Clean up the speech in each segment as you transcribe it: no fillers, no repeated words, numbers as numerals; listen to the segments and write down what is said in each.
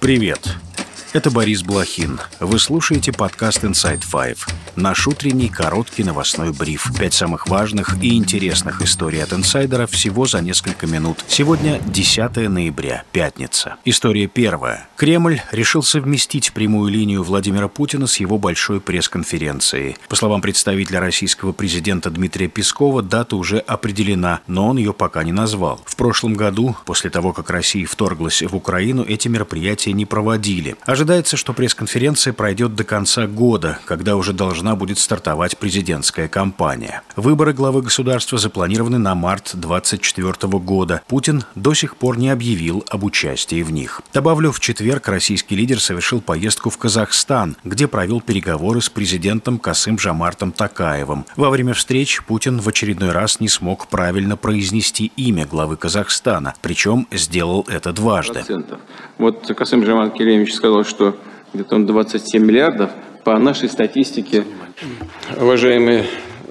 Привет! Это Борис Блохин. Вы слушаете подкаст Inside Five. Наш утренний короткий новостной бриф. 5 самых важных и интересных историй от инсайдера всего за несколько минут. Сегодня 10 ноября, пятница. История первая. Кремль решил совместить прямую линию Владимира Путина с его большой пресс-конференцией. По словам представителя российского президента Дмитрия Пескова, дата уже определена, но он ее пока не назвал. В прошлом году, после того, как Россия вторглась в Украину, эти мероприятия не проводили. Ожидается, что пресс-конференция пройдет до конца года, когда уже должна будет стартовать президентская кампания. Выборы главы государства запланированы на март 2024 года. Путин до сих пор не объявил об участии в них. Добавлю, в четверг российский лидер совершил поездку в Казахстан, где провел переговоры с президентом Касым-Жомартом Токаевым. Во время встреч Путин в очередной раз не смог правильно произнести имя главы Казахстана, причем сделал это дважды. Вот Касым-Жомарт Керемович сказал, что где-то он 27 миллиардов. По нашей статистике, уважаемый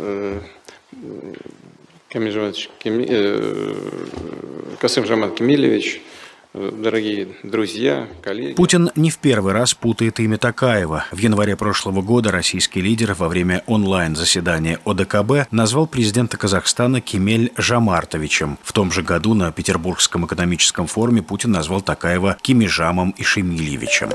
Касым-Жомарт Кемилевич, дорогие друзья, коллеги. Путин не в первый раз путает имя Токаева. В январе прошлого года российский лидер во время онлайн-заседания ОДКБ назвал президента Казахстана Кемель Жомартовичем. В том же году на Петербургском экономическом форуме Путин назвал Токаева Кемежамом Ишемильевичем.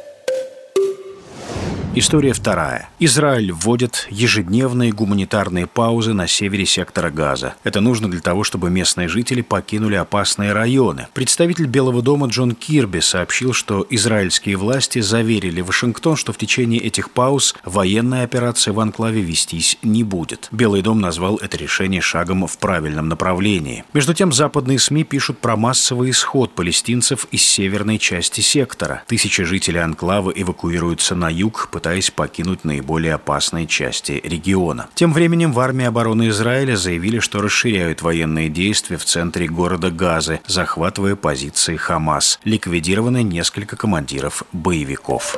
История вторая. Израиль вводит ежедневные гуманитарные паузы на севере сектора Газа. Это нужно для того, чтобы местные жители покинули опасные районы. Представитель Белого дома Джон Кирби сообщил, что израильские власти заверили Вашингтон, что в течение этих пауз военная операция в анклаве вестись не будет. Белый дом назвал это решение шагом в правильном направлении. Между тем, западные СМИ пишут про массовый исход палестинцев из северной части сектора. Тысячи жителей анклава эвакуируются на юг, пытаясь покинуть наиболее опасные части региона. Тем временем в армии обороны Израиля заявили, что расширяют военные действия в центре города Газы, захватывая позиции Хамас. Ликвидированы несколько командиров боевиков.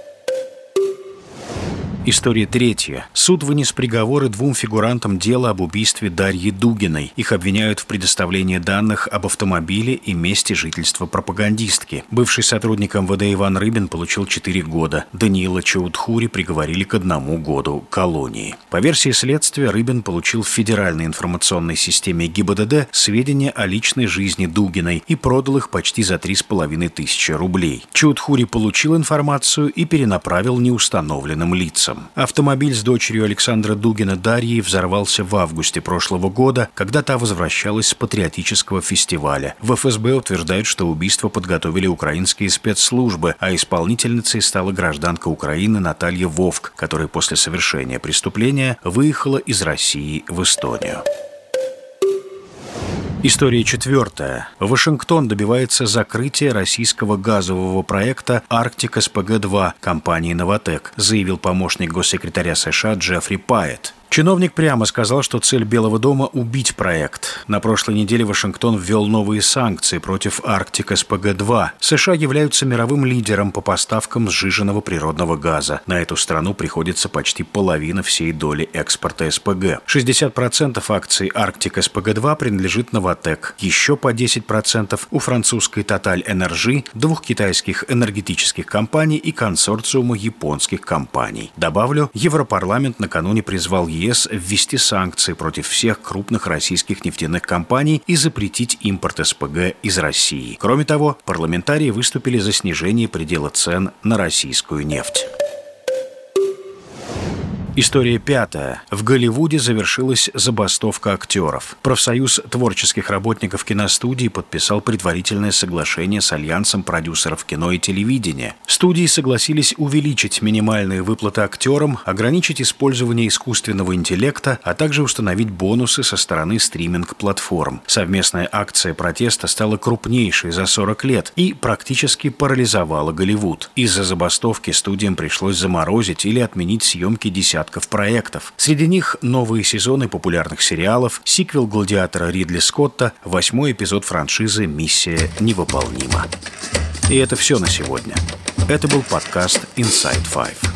История третья. Суд вынес приговоры двум фигурантам дела об убийстве Дарьи Дугиной. Их обвиняют в предоставлении данных об автомобиле и месте жительства пропагандистки. Бывший сотрудник МВД Иван Рыбин получил 4 года. Даниила Чаудхури приговорили к 1 году колонии. По версии следствия, Рыбин получил в Федеральной информационной системе ГИБДД сведения о личной жизни Дугиной и продал их почти за 3500 рублей. Чаудхури получил информацию и перенаправил неустановленным лицам. Автомобиль с дочерью Александра Дугина Дарьей взорвался в августе прошлого года, когда та возвращалась с патриотического фестиваля. В ФСБ утверждают, что убийство подготовили украинские спецслужбы, а исполнительницей стала гражданка Украины Наталья Вовк, которая после совершения преступления выехала из России в Эстонию. История четвертая. Вашингтон добивается закрытия российского газового проекта «Арктик СПГ-2» компании «Новатэк», заявил помощник госсекретаря США Джеффри Пайет. Чиновник прямо сказал, что цель Белого дома – убить проект. На прошлой неделе Вашингтон ввел новые санкции против «Арктик СПГ-2». США являются мировым лидером по поставкам сжиженного природного газа. На эту страну приходится почти половина всей доли экспорта СПГ. 60% акций «Арктик СПГ-2» принадлежит «Новатэк». Еще по 10% у французской Total Energy, 2 китайских энергетических компаний и консорциума японских компаний. Добавлю, Европарламент накануне призвал ЕС ввести санкции против всех крупных российских нефтяных компаний и запретить импорт СПГ из России. Кроме того, парламентарии выступили за снижение предела цен на российскую нефть. История пятая. В Голливуде завершилась забастовка актеров. Профсоюз творческих работников киностудий подписал предварительное соглашение с Альянсом продюсеров кино и телевидения. Студии согласились увеличить минимальные выплаты актерам, ограничить использование искусственного интеллекта, а также установить бонусы со стороны стриминг-платформ. Совместная акция протеста стала крупнейшей за 40 лет и практически парализовала Голливуд. Из-за забастовки студиям пришлось заморозить или отменить съемки десятков проектов. Среди них новые сезоны популярных сериалов, сиквел «Гладиатора» Ридли Скотта, 8-й эпизод франшизы «Миссия невыполнима». И это все на сегодня. Это был подкаст Inside Five.